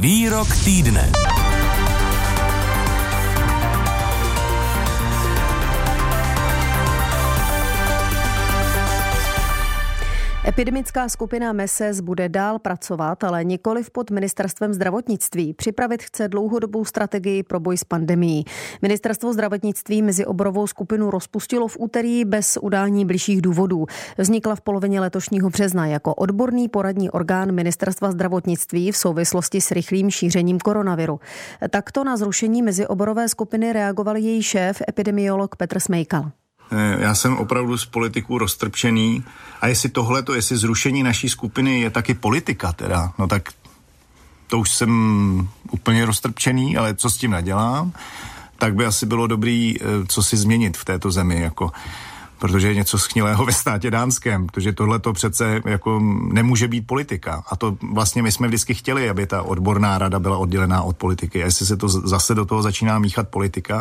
Výrok týdne. Epidemická skupina MESES bude dál pracovat, ale nikoliv pod ministerstvem zdravotnictví. Připravit chce dlouhodobou strategii pro boj s pandemií. Ministerstvo zdravotnictví mezioborovou skupinu rozpustilo v úterý bez udání bližších důvodů. Vznikla v polovině letošního března jako odborný poradní orgán Ministerstva zdravotnictví v souvislosti s rychlým šířením koronaviru. Takto na zrušení mezioborové skupiny reagoval její šéf, epidemiolog Petr Smejkal. Já jsem opravdu z politiků roztrpčený a jestli zrušení naší skupiny je taky politika teda, no tak to už jsem úplně roztrpčený, ale co s tím nadělám, tak by asi bylo dobrý co si změnit v této zemi, jako, protože je něco schnilého ve státě dánském, protože tohle to přece jako nemůže být politika. A to vlastně my jsme vždycky chtěli, aby ta odborná rada byla oddělená od politiky. A jestli se to zase do toho začíná míchat politika,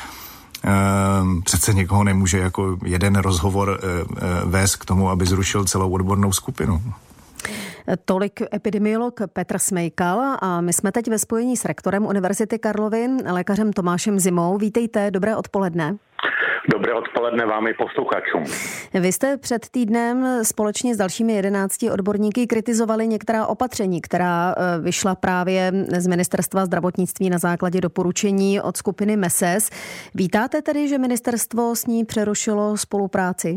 přece někoho nemůže jako jeden rozhovor vést k tomu, aby zrušil celou odbornou skupinu. Tolik epidemiolog Petr Smejkal a my jsme teď ve spojení s rektorem Univerzity Karlovy, lékařem Tomášem Zimou. Vítejte, dobré odpoledne. Dobré odpoledne vám i posluchačům. Vy jste před týdnem společně s dalšími 11 odborníky kritizovali některá opatření, která vyšla právě z Ministerstva zdravotnictví na základě doporučení od skupiny MESES. Vítáte tedy, že ministerstvo s ní přerušilo spolupráci?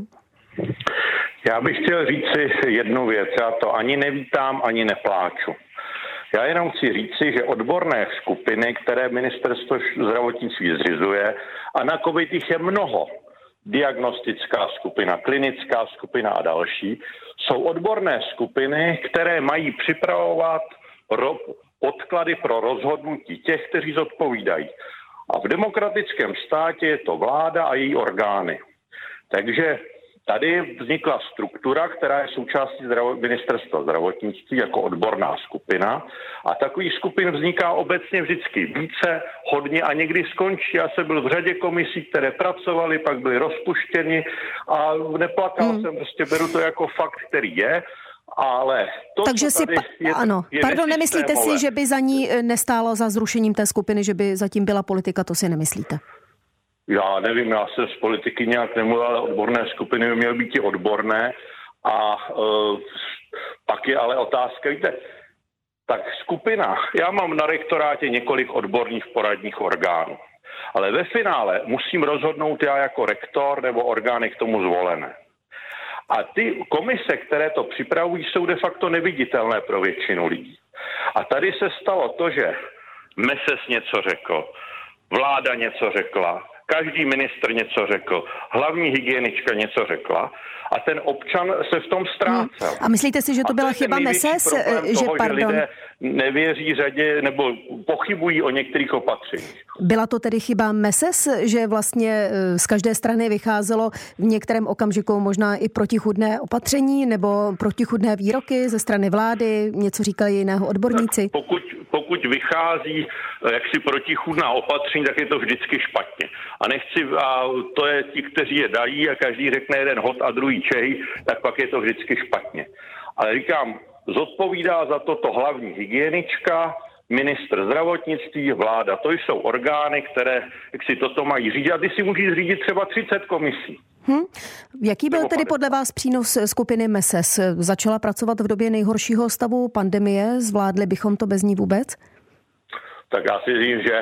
Já bych chtěl říct si jednu věc. Já to ani nevítám, ani nepláču. Já jenom chci říci, že odborné skupiny, které Ministerstvo zdravotnictví zřizuje, a na COVID jich je mnoho, diagnostická skupina, klinická skupina a další, jsou odborné skupiny, které mají připravovat podklady pro rozhodnutí těch, kteří zodpovídají. A v demokratickém státě je to vláda a její orgány. Takže tady vznikla struktura, která je součástí Ministerstva zdravotnictví jako odborná skupina a takových skupin vzniká obecně vždycky více, hodně a někdy skončí. Já jsem byl v řadě komisí, které pracovaly, pak byly rozpuštěny a neplakal jsem, prostě beru to jako fakt, který je. Ale to, takže co tady je nemyslíte si, že by za ní nestálo za zrušením té skupiny, že by zatím byla politika, to si nemyslíte? Já nevím, já jsem z politiky nějak nemluvil, ale odborné skupiny by měly být i odborné a pak je ale otázka, víte, tak skupina, já mám na rektorátě několik odborných poradních orgánů, ale ve finále musím rozhodnout já jako rektor nebo orgány k tomu zvolené. A ty komise, které to připravují, jsou de facto neviditelné pro většinu lidí. A tady se stalo to, že MESES něco řekl, vláda něco řekla, každý ministr něco řekl, hlavní hygienička něco řekla a ten občan se v tom ztrácel. A myslíte si, že to byla chyba MESES? Že lidé nevěří řadě nebo pochybují o některých opatřeních. Byla to tedy chyba MESES, že vlastně z každé strany vycházelo v některém okamžiku možná i protichůdné opatření nebo protichůdné výroky ze strany vlády? Něco říkali jiného odborníci? Pokud vychází jaksi protichůdná opatření, tak je to vždycky špatně. A to je ti, kteří je dají a každý řekne jeden hot a druhý čej, tak pak je to vždycky špatně. Ale říkám, zodpovídá za to hlavní hygienička, ministr zdravotnictví, vláda. To jsou orgány, které si toto mají řídit. A ty si můžeš řídit třeba 30 komisí. Jaký byl tedy podle vás přínos skupiny MESES? Začala pracovat v době nejhoršího stavu pandemie? Zvládli bychom to bez ní vůbec? Tak já si říkám, že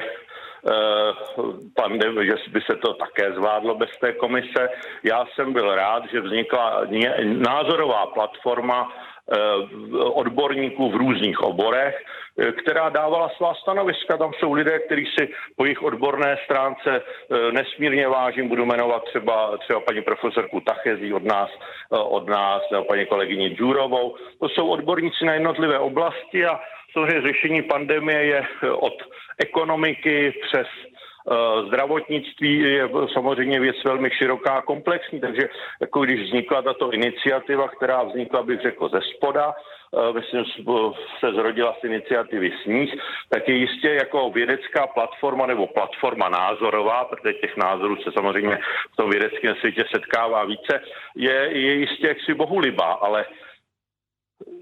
že by se to také zvládlo bez té komise. Já jsem byl rád, že vznikla názorová platforma odborníků v různých oborech, která dávala svá stanoviska. Tam jsou lidé, kteří si po jejich odborné stránce nesmírně vážím. Budu jmenovat třeba paní profesorku Tachezí od nás, nebo paní kolegyni Džurovou. To jsou odborníci na jednotlivé oblasti a samozřejmě řešení pandemie je od ekonomiky přes zdravotnictví je samozřejmě věc velmi široká a komplexní, takže jako když vznikla tato iniciativa, která vznikla, bych řekl, ze spoda, myslím, se zrodila z iniciativy Sníh, tak je jistě jako vědecká platforma nebo platforma názorová, protože těch názorů se samozřejmě v tom vědeckém světě setkává více, je jistě jaksi bohulibá, ale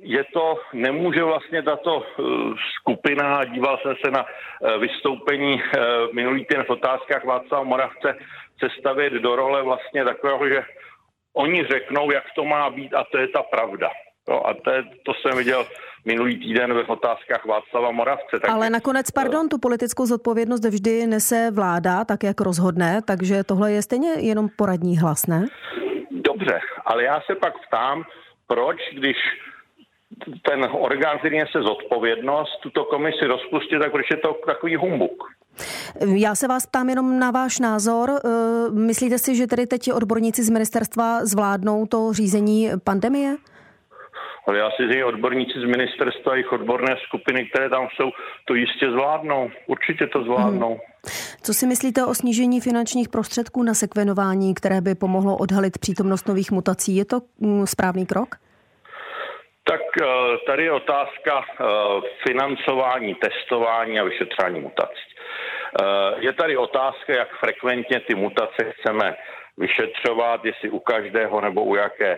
nemůže vlastně tato skupina, díval jsem se na vystoupení minulý týden v Otázkách Václava Moravce, se stavět do role vlastně takového, že oni řeknou, jak to má být a to je ta pravda. Jo, a to jsem viděl minulý týden ve Otázkách Václava Moravce. Ale nakonec, tu politickou zodpovědnost vždy nese vláda, tak jak rozhodne, takže tohle je stejně jenom poradní hlas, ne? Dobře, ale já se pak ptám, proč, když ten orgán, který nese zodpovědnost, tuto komisi rozpustit, tak proč je to takový humbuk? Já se vás ptám jenom na váš názor. Myslíte si, že tedy teď odborníci z ministerstva zvládnou to řízení pandemie? Ale já si že odborníci z ministerstva a jejich odborné skupiny, které tam jsou, to jistě zvládnou. Určitě to zvládnou. Co si myslíte o snížení finančních prostředků na sekvenování, které by pomohlo odhalit přítomnost nových mutací? Je to správný krok? Tak tady je otázka financování, testování a vyšetřování mutací. Je tady otázka, jak frekventně ty mutace chceme vyšetřovat, jestli u každého nebo u jaké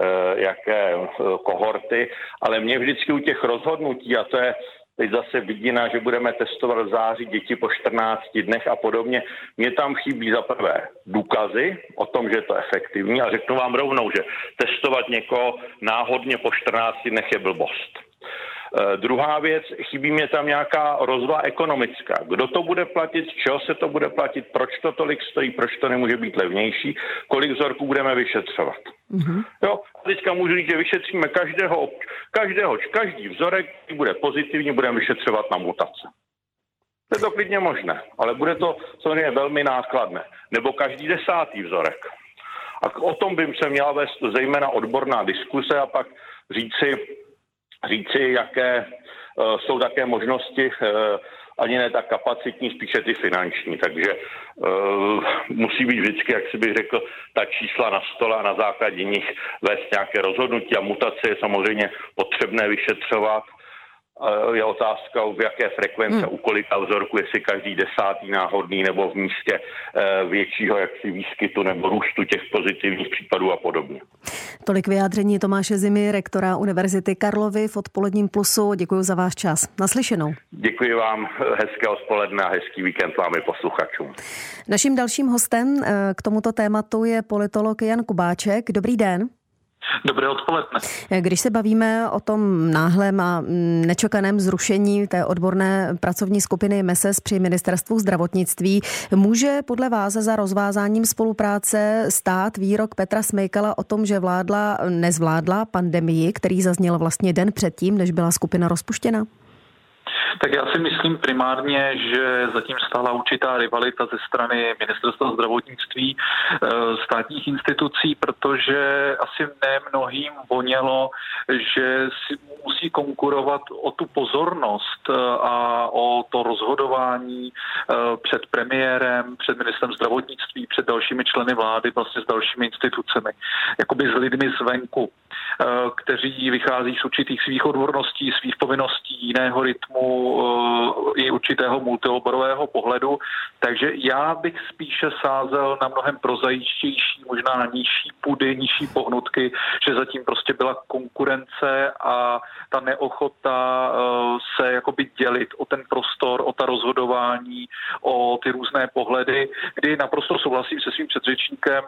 kohorty, ale mě vždycky u těch rozhodnutí, a to je teď zase vidina, že budeme testovat v září děti po 14 dnech a podobně, mě tam chybí za prvé důkazy o tom, že je to efektivní a řeknu vám rovnou, že testovat někoho náhodně po 14 dnech je blbost. Druhá věc, chybí mě tam nějaká rozvaha ekonomická. Kdo to bude platit, z čeho se to bude platit, proč to tolik stojí, proč to nemůže být levnější, kolik vzorků budeme vyšetřovat. Jo, teďka můžu říct, že vyšetříme každý vzorek, který bude pozitivní, budeme vyšetřovat na mutace. Je to klidně možné, ale bude to samozřejmě velmi nákladné. Nebo každý 10. vzorek. A o tom by se měla vést zejména odborná diskuse a pak říci, jaké jsou také možnosti, ani ne tak kapacitní, spíše ty finanční. Takže musí být vždycky, jak si bych řekl, ta čísla na stole a na základě nich vést nějaké rozhodnutí a mutace je samozřejmě potřebné vyšetřovat. Je otázka, v jaké frekvence, u kolika vzorku, jestli každý 10. náhodný nebo v místě většího jaksi výskytu nebo růstu těch pozitivních případů a podobně. Tolik vyjádření Tomáše Zimy, rektora Univerzity Karlovy v Odpoledním plusu. Děkuji za váš čas. Naslyšenou. Děkuji vám, hezké odpoledne a hezký víkend vám i posluchačům. Naším dalším hostem k tomuto tématu je politolog Jan Kubáček. Dobrý den. Dobré odpoledne. Když se bavíme o tom náhlém a nečekaném zrušení té odborné pracovní skupiny MESES při ministerstvu zdravotnictví, může podle vás za rozvázáním spolupráce stát výrok Petra Smejkala o tom, že vláda nezvládla pandemii, který zazněl vlastně den předtím, než byla skupina rozpuštěna? Tak já si myslím primárně, že zatím stála určitá rivalita ze strany ministerstva zdravotnictví, státních institucí, protože asi ne mnohým vonělo, že si musí konkurovat o tu pozornost a o to rozhodování před premiérem, před ministrem zdravotnictví, před dalšími členy vlády, vlastně s dalšími institucemi, jakoby s lidmi zvenku, kteří vychází z určitých svých odborností, svých povinností, jiného rytmu, i určitého multioborového pohledu. Takže já bych spíše sázel na mnohem prozaičtější, možná nižší půdy, nižší pohnutky, že zatím prostě byla konkurence a ta neochota se jakoby dělit o ten prostor, o ta rozhodování, o ty různé pohledy, kdy naprosto souhlasím se svým předřečníkem,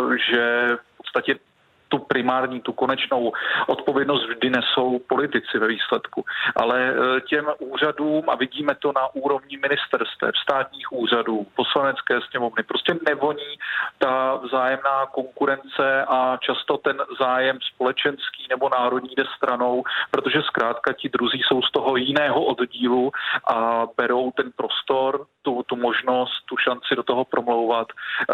že v podstatě tu primární, tu konečnou odpovědnost vždy nesou politici ve výsledku. Ale těm úřadům, a vidíme to na úrovni ministerstev, státních úřadů, poslanecké sněmovny, prostě nevoní ta vzájemná konkurence a často ten zájem společenský nebo národní jde stranou, protože zkrátka ti druzí jsou z toho jiného oddílu a berou ten prostor, tu možnost, tu šanci do toho promlouvat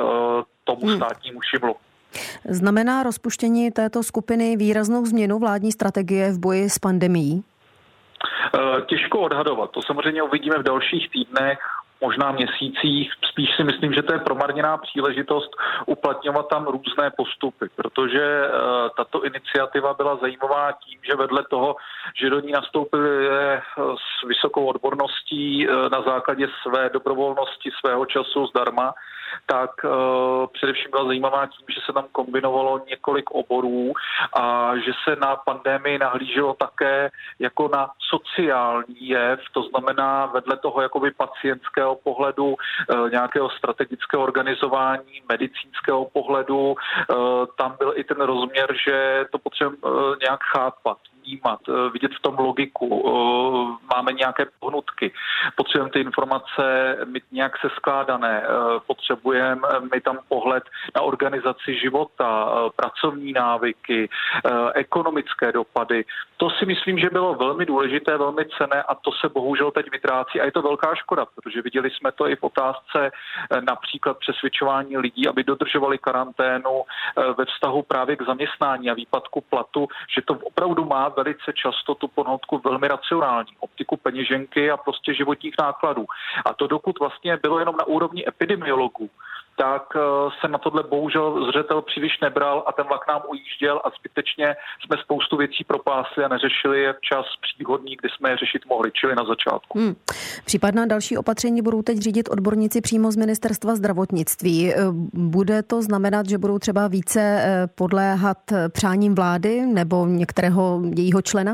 tomu státnímu šiblu. Znamená rozpuštění této skupiny výraznou změnu vládní strategie v boji s pandemií? Těžko odhadovat. To samozřejmě uvidíme v dalších týdnech. možná měsících. Spíš si myslím, že to je promarněná příležitost uplatňovat tam různé postupy, protože tato iniciativa byla zajímavá tím, že vedle toho, že do ní nastoupili s vysokou odborností na základě své dobrovolnosti, svého času zdarma, tak především byla zajímavá tím, že se tam kombinovalo několik oborů a že se na pandemii nahlíželo také jako na sociální jev, to znamená vedle toho jakoby pacientského pohledu, nějakého strategického organizování, medicínského pohledu, tam byl i ten rozměr, že to potřebujeme nějak chápat, vnímat, vidět v tom logiku, máme nějaké pohnutky, potřebujeme ty informace mít nějak seskládané, potřebujeme mít tam pohled na organizaci života, pracovní návyky, ekonomické dopady. To si myslím, že bylo velmi důležité, velmi cenné a to se bohužel teď vytrácí a je to velká škoda, protože viděli jsme to i v otázce například přesvědčování lidí, aby dodržovali karanténu ve vztahu právě k zaměstnání a výpadku platu, že to opravdu má velice často tu pohnutku velmi racionální, optiku peněženky a prostě životních nákladů. A to dokud vlastně bylo jenom na úrovni epidemiologů, tak se na tohle bohužel zřetel příliš nebral a ten vlak nám ujížděl a zbytečně jsme spoustu věcí propásli a neřešili je včas příhodný, kdy jsme je řešit mohli, čili na začátku. Případná další opatření budou teď řídit odborníci přímo z Ministerstva zdravotnictví. Bude to znamenat, že budou třeba více podléhat přáním vlády nebo některého jejího člena?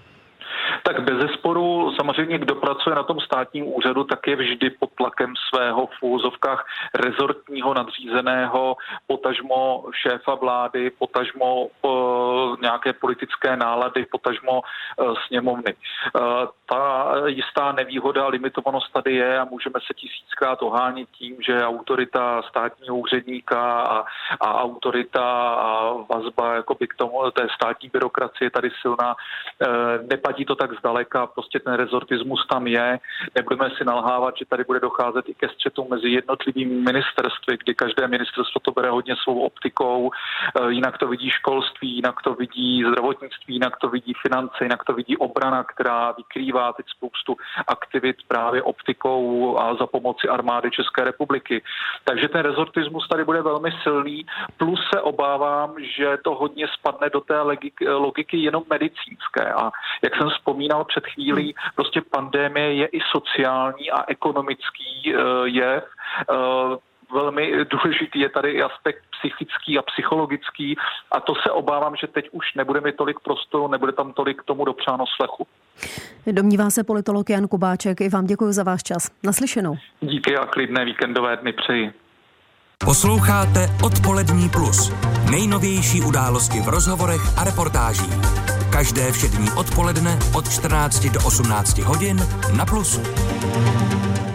Tak bezesporu samozřejmě, kdo pracuje na tom státním úřadu, tak je vždy pod tlakem svého v úvozovkách rezortního nadřízeného, potažmo šéfa vlády, potažmo nějaké politické nálady, potažmo sněmovny. Ta jistá nevýhoda, limitovanost tady je a můžeme se tisíckrát ohánit tím, že autorita státního úředníka a autorita a vazba jakoby k tomu, té státní byrokracie je tady silná. Neplatí to tak zdaleka, prostě ten rezortismus tam je. Nebudeme si nalhávat, že tady bude docházet i ke střetům mezi jednotlivými ministerstvy, kdy každé ministerstvo to bere hodně svou optikou, jinak to vidí školství, jinak to vidí zdravotnictví, jinak to vidí finance, jinak to vidí obrana, která vykrývá teď spoustu aktivit právě optikou a za pomoci armády České republiky. Takže ten rezortismus tady bude velmi silný, plus se obávám, že to hodně spadne do té logiky jenom medicínské. A jak jsem vzpomínal před chvílí, prostě pandemie je i sociální a ekonomický jev. Velmi důležitý je tady i aspekt psychický a psychologický a to se obávám, že teď už nebude mít tolik prostoru, nebude tam tolik tomu dopřáno slechu. Domnívá se politolog Jan Kubáček. I vám děkuji za váš čas. Naslyšenou. Díky a klidné víkendové dny přeji. Posloucháte Odpolední plus. Nejnovější události v rozhovorech a reportážích. Každé všední odpoledne od 14 do 18 hodin na Plusu.